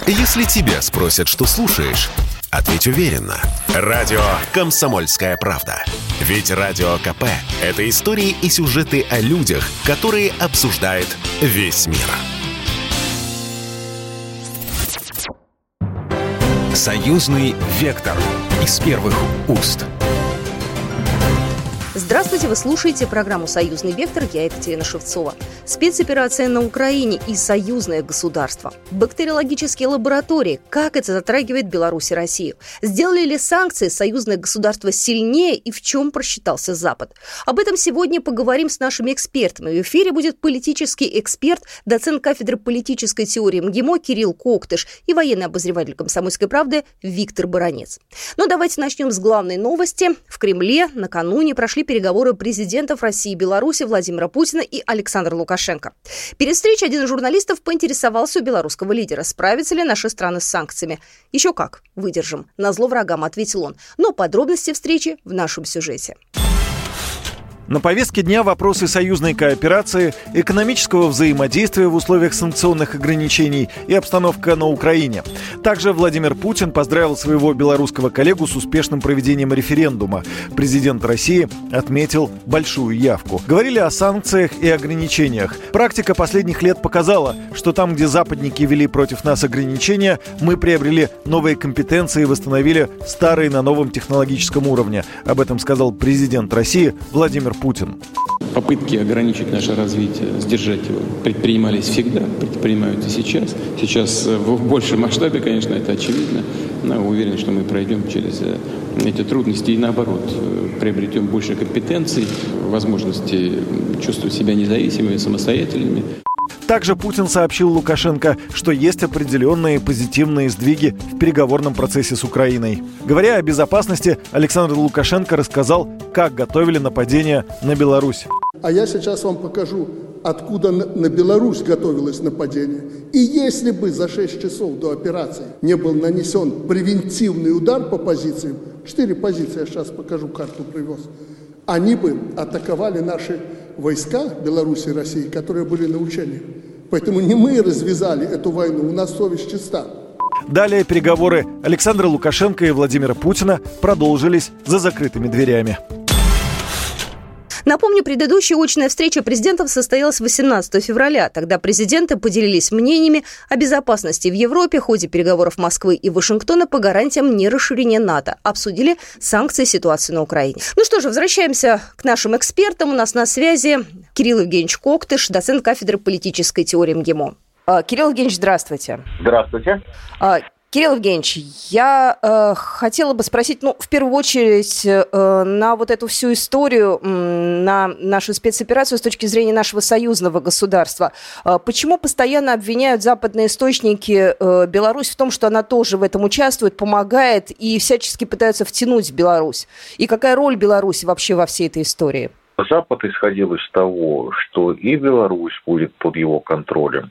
Если тебя спросят, что слушаешь, ответь уверенно. Радио «Комсомольская правда». Ведь Радио КП – это истории и сюжеты о людях, которые обсуждает весь мир. Союзный вектор из первых уст. Здравствуйте, вы слушаете программу «Союзный вектор», я Екатерина Шевцова. Спецоперация на Украине и союзное государство. Бактериологические лаборатории. Как это затрагивает Беларусь и Россию? Сделали ли санкции союзное государство сильнее и в чем просчитался Запад? Об этом сегодня поговорим с нашими экспертами. В эфире будет политический эксперт, доцент кафедры политической теории МГИМО Кирилл Коктыш и военный обозреватель «Комсомольской правды» Виктор Баранец. Но давайте начнем с главной новости. В Кремле накануне прошли переговоры президентов России и Беларуси Владимира Путина и Александра Лукашенко. Перед встречей один из журналистов поинтересовался у белорусского лидера, справятся ли наши страны с санкциями. «Еще как, выдержим», — назло врагам ответил он. Но подробности встречи в нашем сюжете. На повестке дня вопросы союзной кооперации, экономического взаимодействия в условиях санкционных ограничений и обстановка на Украине. Также Владимир Путин поздравил своего белорусского коллегу с успешным проведением референдума. Президент России отметил большую явку. Говорили о санкциях и ограничениях. Практика последних лет показала, что там, где западники ввели против нас ограничения, мы приобрели новые компетенции и восстановили старые на новом технологическом уровне. Об этом сказал президент России Владимир Путин. Попытки ограничить наше развитие, сдержать его, предпринимались всегда, предпринимают и сейчас. Сейчас в большем масштабе, конечно, это очевидно. Но уверен, что мы пройдем через эти трудности и, наоборот, приобретем больше компетенций, возможности чувствовать себя независимыми, самостоятельными. Также Путин сообщил Лукашенко, что есть определенные позитивные сдвиги в переговорном процессе с Украиной. Говоря о безопасности, Александр Лукашенко рассказал, как готовили нападение на Беларусь. А я сейчас вам покажу, откуда на Беларусь готовилось нападение. И если бы за 6 часов до операции не был нанесен превентивный удар по позициям, 4 позиции, я сейчас покажу, карту привез, они бы атаковали наши войска Беларуси и России, которые были на учениях. Поэтому не мы развязали эту войну, у нас совесть чиста. Далее переговоры Александра Лукашенко и Владимира Путина продолжились за закрытыми дверями. Напомню, предыдущая очная встреча президентов состоялась 18 февраля. Тогда президенты поделились мнениями о безопасности в Европе в ходе переговоров Москвы и Вашингтона по гарантиям нерасширения НАТО. Обсудили санкции, ситуацию на Украине. Ну что же, возвращаемся к нашим экспертам. У нас на связи Кирилл Евгеньевич Коктыш, доцент кафедры политической теории МГИМО. Кирилл Евгеньевич, здравствуйте. Здравствуйте. Кирилл Евгеньевич, я хотела бы спросить, в первую очередь, на вот эту всю историю, на нашу спецоперацию с точки зрения нашего союзного государства. Почему постоянно обвиняют западные источники Беларусь в том, что она тоже в этом участвует, помогает и всячески пытаются втянуть Беларусь? И какая роль Беларуси вообще во всей этой истории? Запад исходил из того, что и Беларусь будет под его контролем,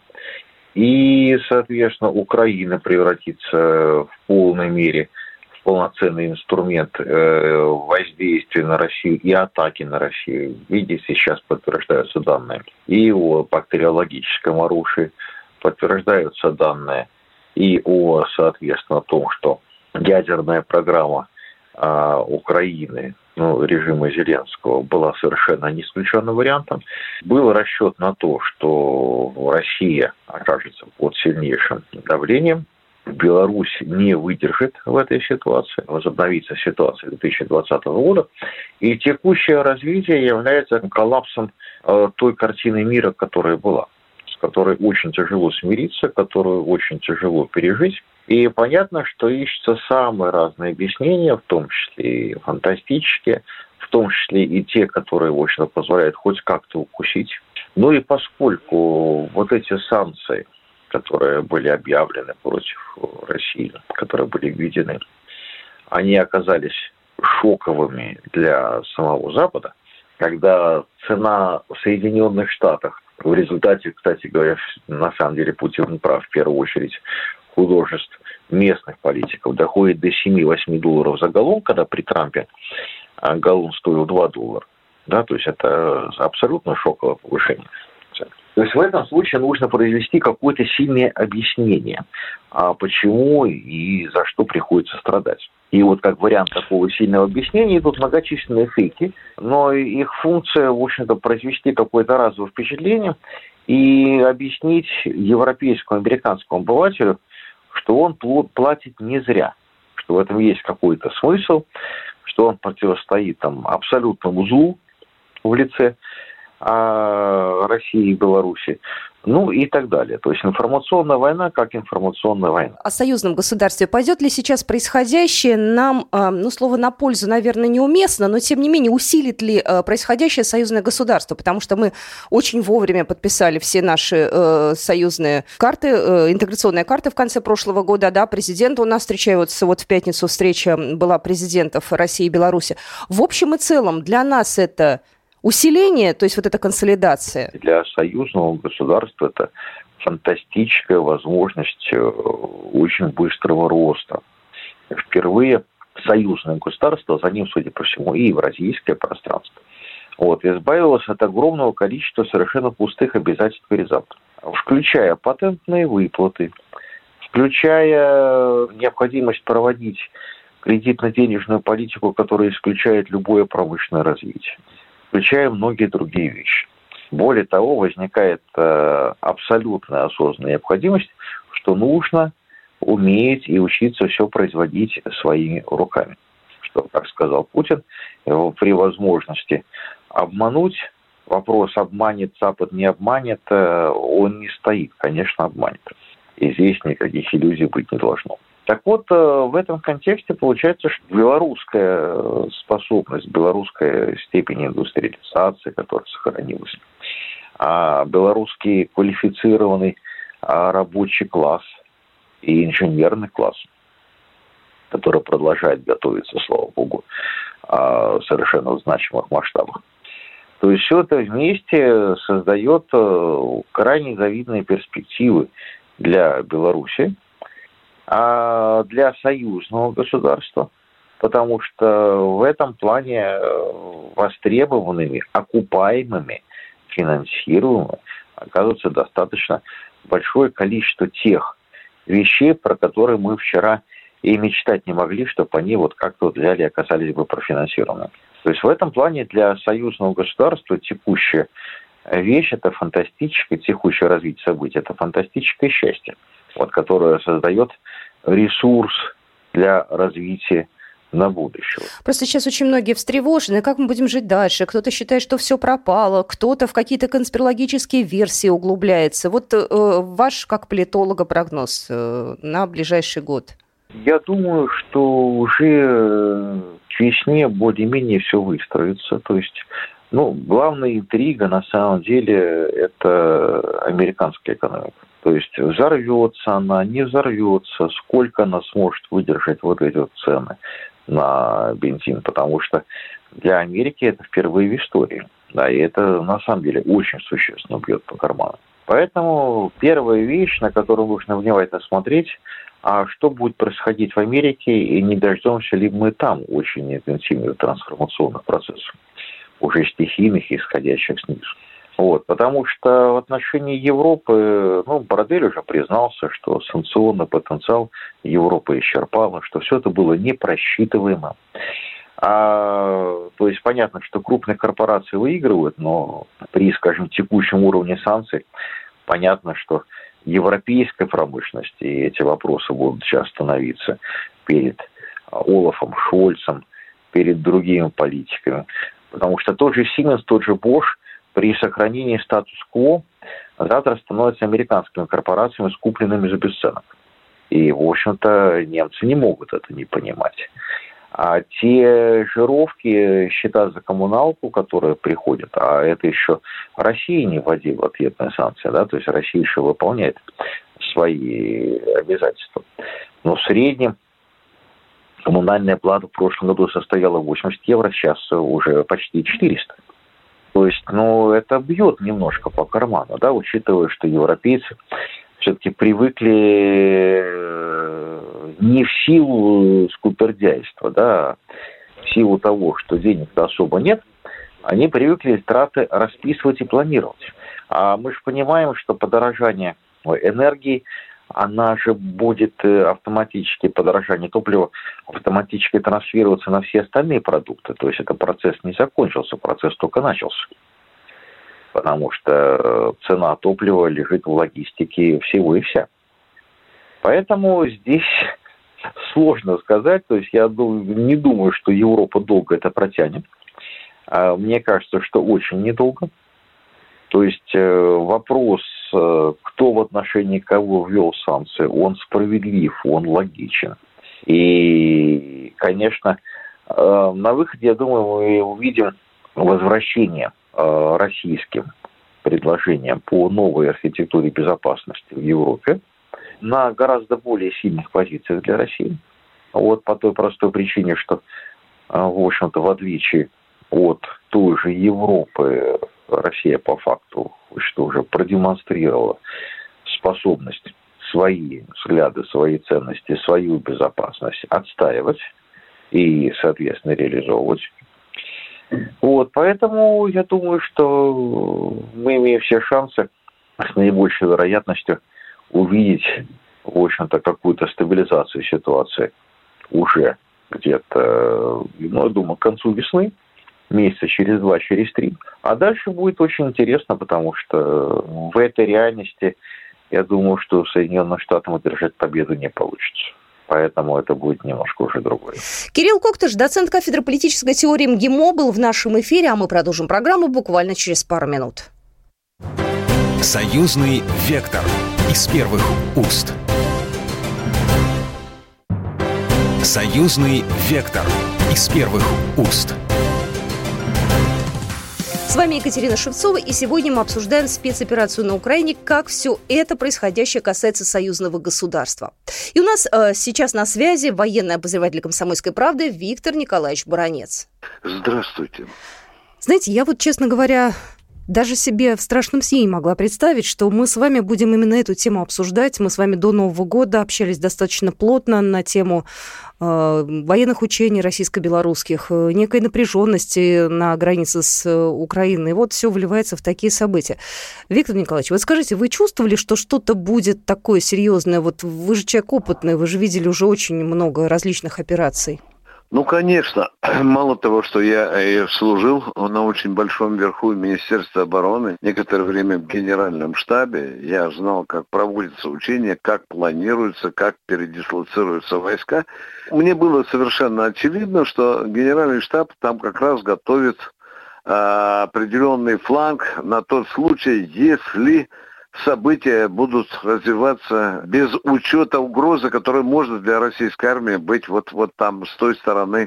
и, соответственно, Украина превратится в полной мере в полноценный инструмент воздействия на Россию и атаки на Россию. Видите, сейчас подтверждаются данные и о бактериологическом оружии, подтверждаются данные и о, соответственно, том, что ядерная программа Украины, режима Зеленского, была совершенно не исключенным вариантом. Был расчет на то, что Россия окажется под сильнейшим давлением. Беларусь не выдержит в этой ситуации, возобновится ситуация 2020 года. И текущее развитие является коллапсом той картины мира, которая была, с которой очень тяжело смириться, которую очень тяжело пережить. И понятно, что ищутся самые разные объяснения, в том числе и фантастические, в том числе и те, которые, в общем-то, позволяют хоть как-то укусить. Ну и поскольку вот эти санкции, которые были объявлены против России, которые были введены, они оказались шоковыми для самого Запада, когда цена в Соединенных Штатах, в результате, кстати говоря, на самом деле Путин прав, в первую очередь, художеств местных политиков доходит до 7-8 долларов за галлон, когда при Трампе галлон стоил $2. Да, то есть это абсолютно шоковое повышение. То есть в этом случае нужно произвести какое-то сильное объяснение, почему и за что приходится страдать. И вот как вариант такого сильного объяснения идут многочисленные фейки, но их функция, в общем-то, произвести какое-то разовое впечатление и объяснить европейскому, американскому обывателю, что он платит не зря, что в этом есть какой-то смысл, что он противостоит там абсолютному злу в лице России и Беларуси, ну и так далее. То есть информационная война как информационная война. О союзном государстве пойдет ли сейчас происходящее нам, слово на пользу, наверное, неуместно, но тем не менее усилит ли происходящее союзное государство? Потому что мы очень вовремя подписали все наши союзные карты, интеграционные карты в конце прошлого года, да, президент у нас встречаются, вот в пятницу встреча была президентов России и Беларуси. В общем и целом для нас это усиление, то есть вот эта консолидация? Для союзного государства это фантастическая возможность очень быстрого роста. Впервые союзное государство, за ним, судя по всему, и евразийское пространство, избавилось от огромного количества совершенно пустых обязательств перед Западом, включая патентные выплаты, включая необходимость проводить кредитно-денежную политику, которая исключает любое промышленное развитие, включая многие другие вещи. Более того, возникает абсолютная осознанная необходимость, что нужно уметь и учиться все производить своими руками. Что, как сказал Путин, при возможности обмануть, вопрос, обманет Запад, не обманет, он не стоит, конечно, обманет. И здесь никаких иллюзий быть не должно. Так вот, в этом контексте получается, что белорусская способность, белорусская степень индустриализации, которая сохранилась, белорусский квалифицированный рабочий класс и инженерный класс, который продолжает готовиться, слава богу, совершенно в значимых масштабах. То есть все это вместе создает крайне завидные перспективы для Беларуси, а для союзного государства, потому что в этом плане востребованными, окупаемыми, финансируемыми оказывается достаточно большое количество тех вещей, про которые мы вчера и мечтать не могли, чтобы они как-то взяли и оказались бы профинансированы. То есть в этом плане для союзного государства текущая вещь – это фантастическое, текущее развитие событий, это фантастическое счастье, которое создает ресурс для развития на будущее. Просто сейчас очень многие встревожены, как мы будем жить дальше. Кто-то считает, что все пропало, кто-то в какие-то конспирологические версии углубляется. Ваш, как политолога, прогноз на ближайший год? Я думаю, что уже к весне более-менее все выстроится. То есть, главная интрига на самом деле это американская экономика. То есть взорвется она, не взорвется, сколько она сможет выдержать эти цены на бензин, потому что для Америки это впервые в истории. Да, и это на самом деле очень существенно бьет по карману. Поэтому первая вещь, на которую нужно внимательно смотреть, а что будет происходить в Америке, и не дождемся ли мы там очень интенсивных трансформационных процессов, уже стихийных, исходящих снизу. Потому что в отношении Европы, Боррель уже признался, что санкционный потенциал Европы исчерпало, что все это было непросчитываемо. То есть понятно, что крупные корпорации выигрывают, но при, скажем, текущем уровне санкций понятно, что европейской промышленности эти вопросы будут сейчас становиться перед Олафом Шольцем, перед другими политиками. Потому что тот же Siemens, тот же Bosch при сохранении статус-кво завтра становятся американскими корпорациями, скупленными за бесценок. И, в общем-то, немцы не могут это не понимать. А те жировки, счета за коммуналку, которые приходят, а это еще Россия не вводила ответные санкции, да, то есть Россия еще выполняет свои обязательства. Но в среднем коммунальная плата в прошлом году составила 80 евро, сейчас уже почти 400. То есть, это бьет немножко по карману, да, учитывая, что европейцы все-таки привыкли не в силу скупердяйства, да, в силу того, что денег-то особо нет, они привыкли траты расписывать и планировать. А мы же понимаем, что подорожание энергии, она же будет автоматически, подорожание топлива, автоматически транслироваться на все остальные продукты. То есть это процесс не закончился, процесс только начался. Потому что цена топлива лежит в логистике всего и вся. Поэтому здесь сложно сказать. То есть я не думаю, что Европа долго это протянет. Мне кажется, что очень недолго. То есть вопрос, кто в отношении кого ввел санкции, он справедлив, он логичен. И, конечно, на выходе, я думаю, мы увидим возвращение российским предложениям по новой архитектуре безопасности в Европе на гораздо более сильных позициях для России. Вот по той простой причине, что, в общем-то, в отличие от той же Европы, Россия по факту что уже продемонстрировала способность свои взгляды, свои ценности, свою безопасность отстаивать и, соответственно, реализовывать. Вот, поэтому я думаю, что мы имеем все шансы с наибольшей вероятностью увидеть, в общем-то, какую-то стабилизацию ситуации уже где-то, я думаю, к концу весны, месяца через 2, через 3. А дальше будет очень интересно, потому что в этой реальности, я думаю, что Соединенным Штатам одержать победу не получится. Поэтому это будет немножко уже другое. Кирилл Коктыш, доцент кафедры политической теории МГИМО, был в нашем эфире, а мы продолжим программу буквально через пару минут. Союзный вектор из первых уст. Союзный вектор из первых уст. С вами Екатерина Шевцова, и сегодня мы обсуждаем спецоперацию на Украине, как все это происходящее касается союзного государства. И у нас сейчас на связи военный обозреватель «Комсомольской правды» Виктор Николаевич Баранец. Здравствуйте. Знаете, я вот, честно говоря, даже себе в страшном сне не могла представить, что мы с вами будем именно эту тему обсуждать. Мы с вами до Нового года общались достаточно плотно на тему военных учений российско-белорусских, некой напряженности на границе с Украиной. И вот все вливается в такие события. Виктор Николаевич, вот скажите, вы чувствовали, что что-то будет такое серьезное? Вот вы же человек опытный, вы же видели уже очень много различных операций. Ну, конечно, мало того, что я служил на очень большом верху Министерства обороны, некоторое время в Генеральном штабе, я знал, как проводятся учения, как планируются, как передислоцируются войска. Мне было совершенно очевидно, что Генеральный штаб там как раз готовит определенный фланг на тот случай, если события будут развиваться без учета угрозы, которая может для российской армии быть вот там с той стороны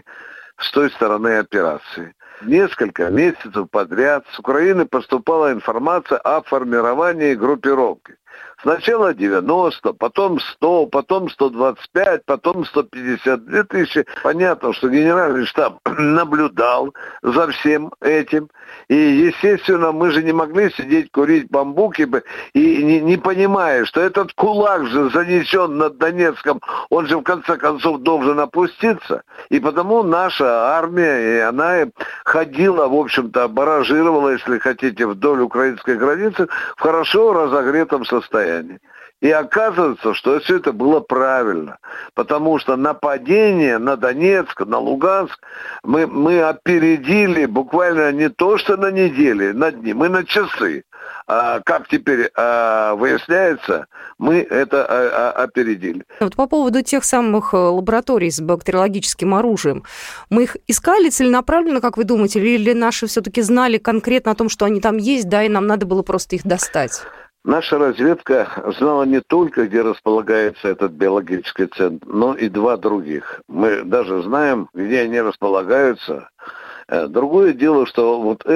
операции. Несколько месяцев подряд с Украины поступала информация о формировании группировки. Сначала 90, потом 100, потом 125, потом 152 тысячи. Понятно, что Генеральный штаб наблюдал за всем этим. И, естественно, мы же не могли сидеть, курить бамбуки и не понимая, что этот кулак же занесен над Донецком, он же в конце концов должен опуститься. И потому наша армия, и она ходила, в общем-то, баражировала, если хотите, вдоль украинской границы в хорошо разогретом состоянии. И оказывается, что все это было правильно, потому что нападение на Донецк, на Луганск мы опередили буквально не то что на недели, на дни, мы на часы. Как теперь выясняется, мы это опередили. Вот по поводу тех самых лабораторий с бактериологическим оружием, мы их искали целенаправленно, как вы думаете, или наши все-таки знали конкретно о том, что они там есть, да, и нам надо было просто их достать? Наша разведка знала не только, где располагается этот биологический центр, но и 2 других. Мы даже знаем, где они располагаются. Другое дело, что вот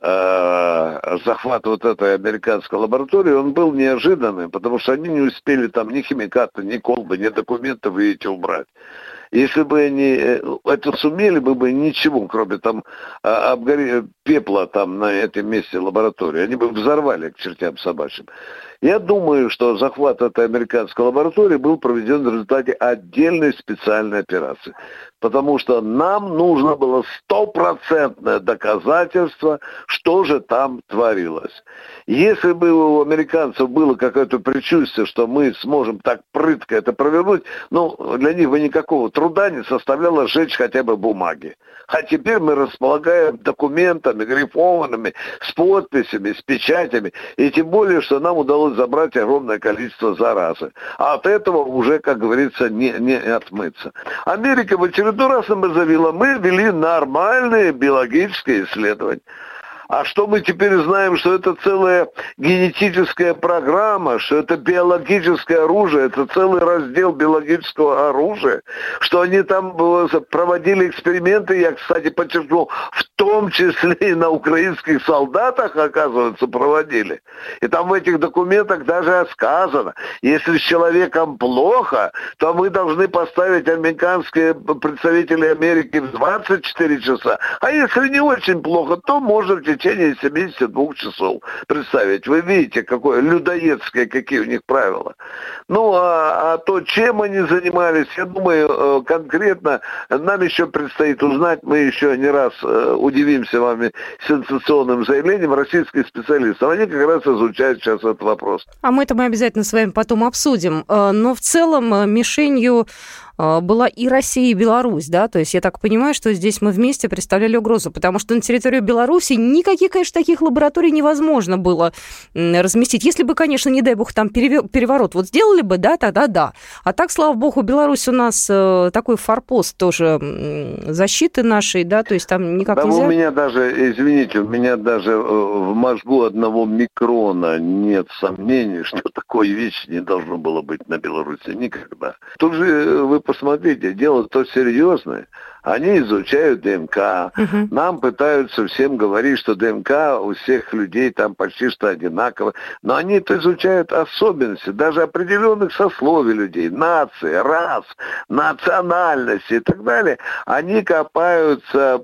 захват вот этой американской лаборатории, он был неожиданным, потому что они не успели там ни химикаты, ни колбы, ни документы выйти убрать. Если бы они это сумели бы ничего, кроме там пепла там на этом месте лаборатории, они бы взорвали к чертям собачьим. Я думаю, что захват этой американской лаборатории был проведен в результате отдельной специальной операции. Потому что нам нужно было стопроцентное доказательство, что же там творилось. Если бы у американцев было какое-то предчувствие, что мы сможем так прытко это провернуть, для них бы никакого труда не составляло сжечь хотя бы бумаги. А теперь мы располагаем документами, грифованными, с подписями, с печатями, и тем более, что нам удалось забрать огромное количество заразы. А от этого уже, как говорится, не отмыться. Америка в очередной раз нам заявила, мы вели нормальные биологические исследования. А что мы теперь знаем, что это целая генетическая программа, что это биологическое оружие, это целый раздел биологического оружия, что они там проводили эксперименты, я, кстати, подчеркну, в том числе и на украинских солдатах, оказывается, проводили. И там в этих документах даже сказано, если с человеком плохо, то мы должны поставить американские представители Америки в 24 часа, а если не очень плохо, то можно в течение 72 часов. Представить, вы видите, какое людоедское, какие у них правила. А то, чем они занимались, я думаю, конкретно нам еще предстоит узнать, мы еще не раз удивимся вами сенсационным заявлением российских специалистов. Они как раз изучают сейчас этот вопрос. А мы обязательно с вами потом обсудим. Но в целом мишенью была и Россия, и Беларусь, да? То есть я так понимаю, что здесь мы вместе представляли угрозу, потому что на территории Беларуси никаких, конечно, таких лабораторий невозможно было разместить. Если бы, конечно, не дай бог, там переворот сделали бы, да, тогда да. А так, слава богу, Беларусь у нас такой форпост тоже защиты нашей, да, то есть там никак нельзя... У меня даже в мозгу 1 микрона нет сомнений, что такой вещи не должно было быть на Беларуси никогда. Тут же вы посмотрите, дело-то серьезное. Они изучают ДНК. Нам пытаются всем говорить, что ДНК у всех людей там почти что одинаково. Но они это изучают особенности, даже определенных сословий людей, нации, рас, национальности и так далее. Они копаются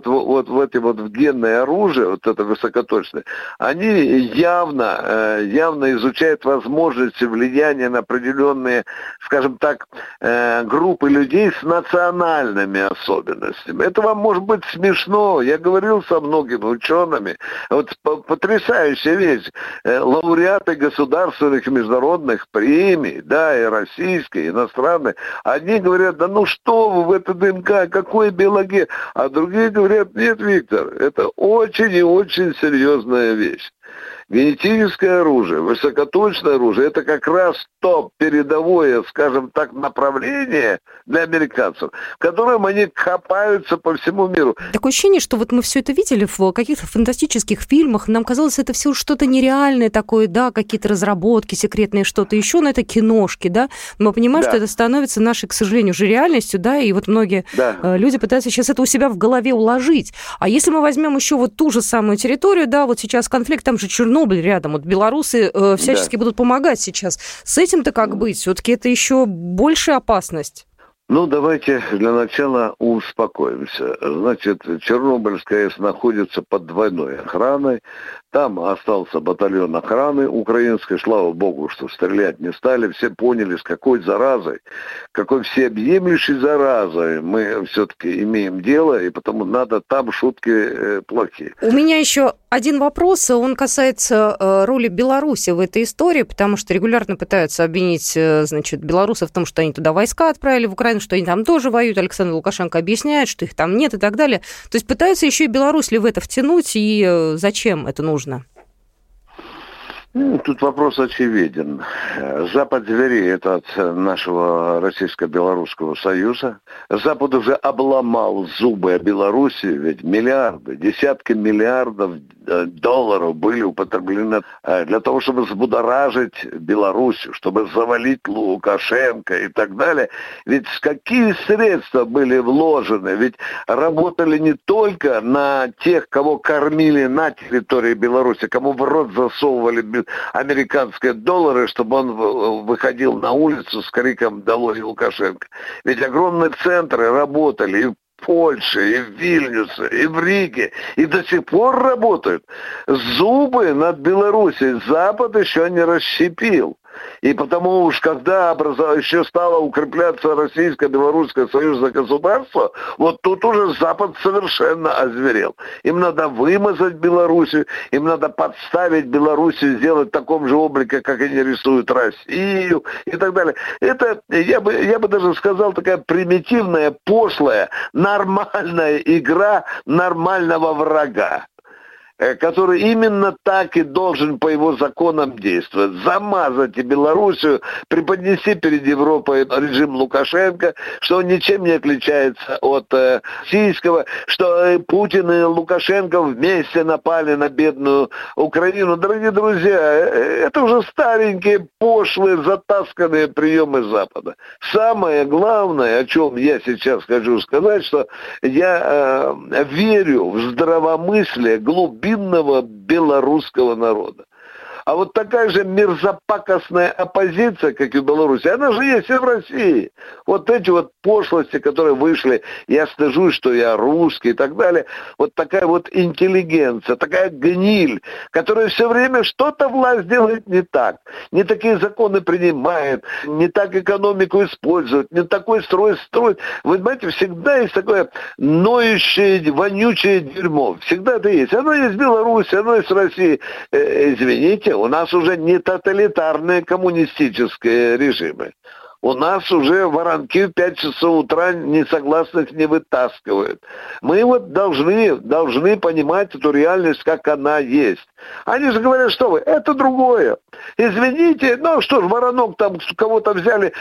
в генное оружие, вот это высокоточное. Они явно изучают возможности влияния на определенные, скажем так, группы людей с национальными особенностями. Это вам может быть смешно. Я говорил со многими учеными. Потрясающая вещь. Лауреаты государственных и международных премий, да, и российские, и иностранные, одни говорят, да что вы в это ДНК, какой биология? А другие говорят, нет, Виктор, это очень и очень серьезная вещь. Генетическое оружие, высокоточное оружие, это как раз то передовое, скажем так, направление для американцев, в котором они копаются по всему миру. Такое ощущение, что мы все это видели в каких-то фантастических фильмах, нам казалось, это все что-то нереальное такое, да, какие-то разработки секретные, что-то еще, но это киношки, да, но мы понимаем, что это становится нашей, к сожалению, уже реальностью, да, и многие люди пытаются сейчас это у себя в голове уложить. А если мы возьмем еще ту же самую территорию, да, сейчас конфликт, там же Чернобыль рядом, белорусы всячески будут помогать сейчас. С этим-то как быть? Все-таки это еще большая опасность. Давайте для начала успокоимся. Значит, Чернобыльская АЭС находится под двойной охраной. Там остался батальон охраны украинской. Слава богу, что стрелять не стали. Все поняли, с какой заразой, какой всеобъемлющей заразой мы все-таки имеем дело, и потому надо там шутки плохие. У меня еще один вопрос. Он касается роли Беларуси в этой истории, потому что регулярно пытаются обвинить, белорусов в том, что они туда войска отправили в Украину, что они там тоже воюют. Александр Лукашенко объясняет, что их там нет и так далее. То есть пытаются еще и Беларусь ли в это втянуть, и зачем это нужно? Тут вопрос очевиден. Запад звереет от нашего Российско-Белорусского союза. Запад уже обломал зубы о Беларуси, ведь миллиарды, десятки миллиардов долларов были употреблены для того, чтобы взбудоражить Белоруссию, чтобы завалить Лукашенко и так далее. Ведь какие средства были вложены? Ведь работали не только на тех, кого кормили на территории Беларуси, кому в рот засовывали американские доллары, чтобы он выходил на улицу с криком «Долой Лукашенко». Ведь огромные центры работали, и Польше, и в Вильнюсе, и в Риге, и до сих пор работают. Зубы над Белоруссией Запад еще не расщепил. И потому уж когда еще стало укрепляться российско-белорусское союзное государство, вот тут уже Запад совершенно озверел. Им надо вымазать Белоруссию, им надо подставить Белоруссию, сделать в таком же облике, как они рисуют Россию и так далее. Это, я бы даже сказал, такая примитивная, пошлая, нормальная игра нормального врага, который именно так и должен по его законам действовать. Замазать и Белоруссию, преподнести перед Европой режим Лукашенко, что он ничем не отличается от российского, что Путин и Лукашенко вместе напали на бедную Украину. Дорогие друзья, это уже старенькие, пошлые, затасканные приемы Запада. Самое главное, о чем я сейчас хочу сказать, что я верю в здравомыслие глубинного белорусского народа. А вот такая же мерзопакостная оппозиция, как и в Беларуси, она же есть и в России. Вот эти вот пошлости, которые вышли, я стыжусь, что я русский и так далее, вот такая вот интеллигенция, такая гниль, которая все время что-то власть делает не так, не такие законы принимает, не так экономику использует, не такой строй строит. Вы знаете, всегда есть такое ноющее, вонючее дерьмо. Всегда это есть. Оно есть в Беларуси, оно есть в России. Извините, у нас уже не тоталитарные коммунистические режимы. У нас уже воронки в 5 часов утра несогласных не вытаскивают. Мы вот должны понимать эту реальность, как она есть. Они же говорят, что вы, это другое. Извините, что ж, воронок там кого-то взяли,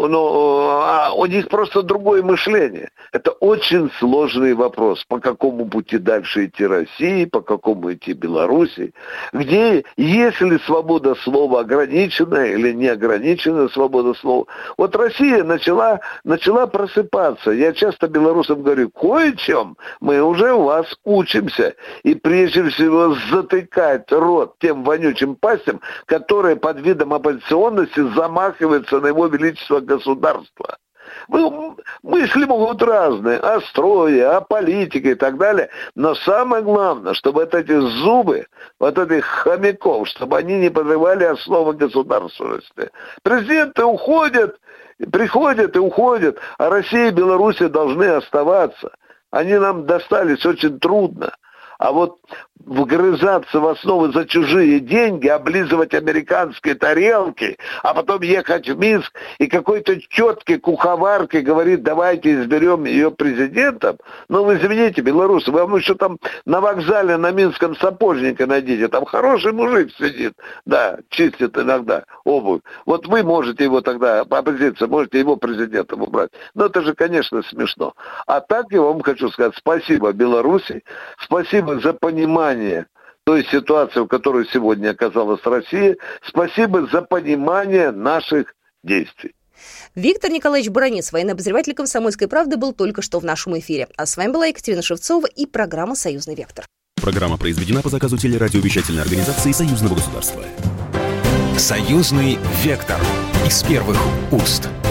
а у них просто другое мышление. Это очень сложный вопрос, по какому пути дальше идти России, по какому идти Белоруссии, где, если свобода слова ограничена или неограничена свобода слова. Вот Россия начала просыпаться. Я часто белорусам говорю, кое-чем мы уже у вас учимся. И прежде всего затыкать рот тем вонючим пастям, которые под видом оппозиционности замахиваются на его величество государства. Мысли могут разные, о строе, о политике и так далее, но самое главное, чтобы вот эти зубы, вот этих хомяков, чтобы они не подрывали основы государственности. Президенты уходят, приходят и уходят, а Россия и Беларусь должны оставаться. Они нам достались очень трудно. А вот вгрызаться в основу за чужие деньги, облизывать американские тарелки, а потом ехать в Минск и какой-то тетке куховарке говорит, давайте изберем ее президентом. Вы извините, белорусы, вам еще там на вокзале на Минском сапожника найдите, там хороший мужик сидит, да, чистит иногда обувь. Вот вы можете его тогда, оппозиция, можете его президентом убрать. Это же, конечно, смешно. А так я вам хочу сказать спасибо Беларуси, спасибо за понимание той ситуации, в которой сегодня оказалась Россия. Спасибо за понимание наших действий. Виктор Николаевич Баранец, военный обозреватель «Комсомольской правды», был только что в нашем эфире. А с вами была Екатерина Шевцова и программа «Союзный вектор». Программа произведена по заказу телерадиовещательной организации Союзного государства. «Союзный вектор» из первых уст.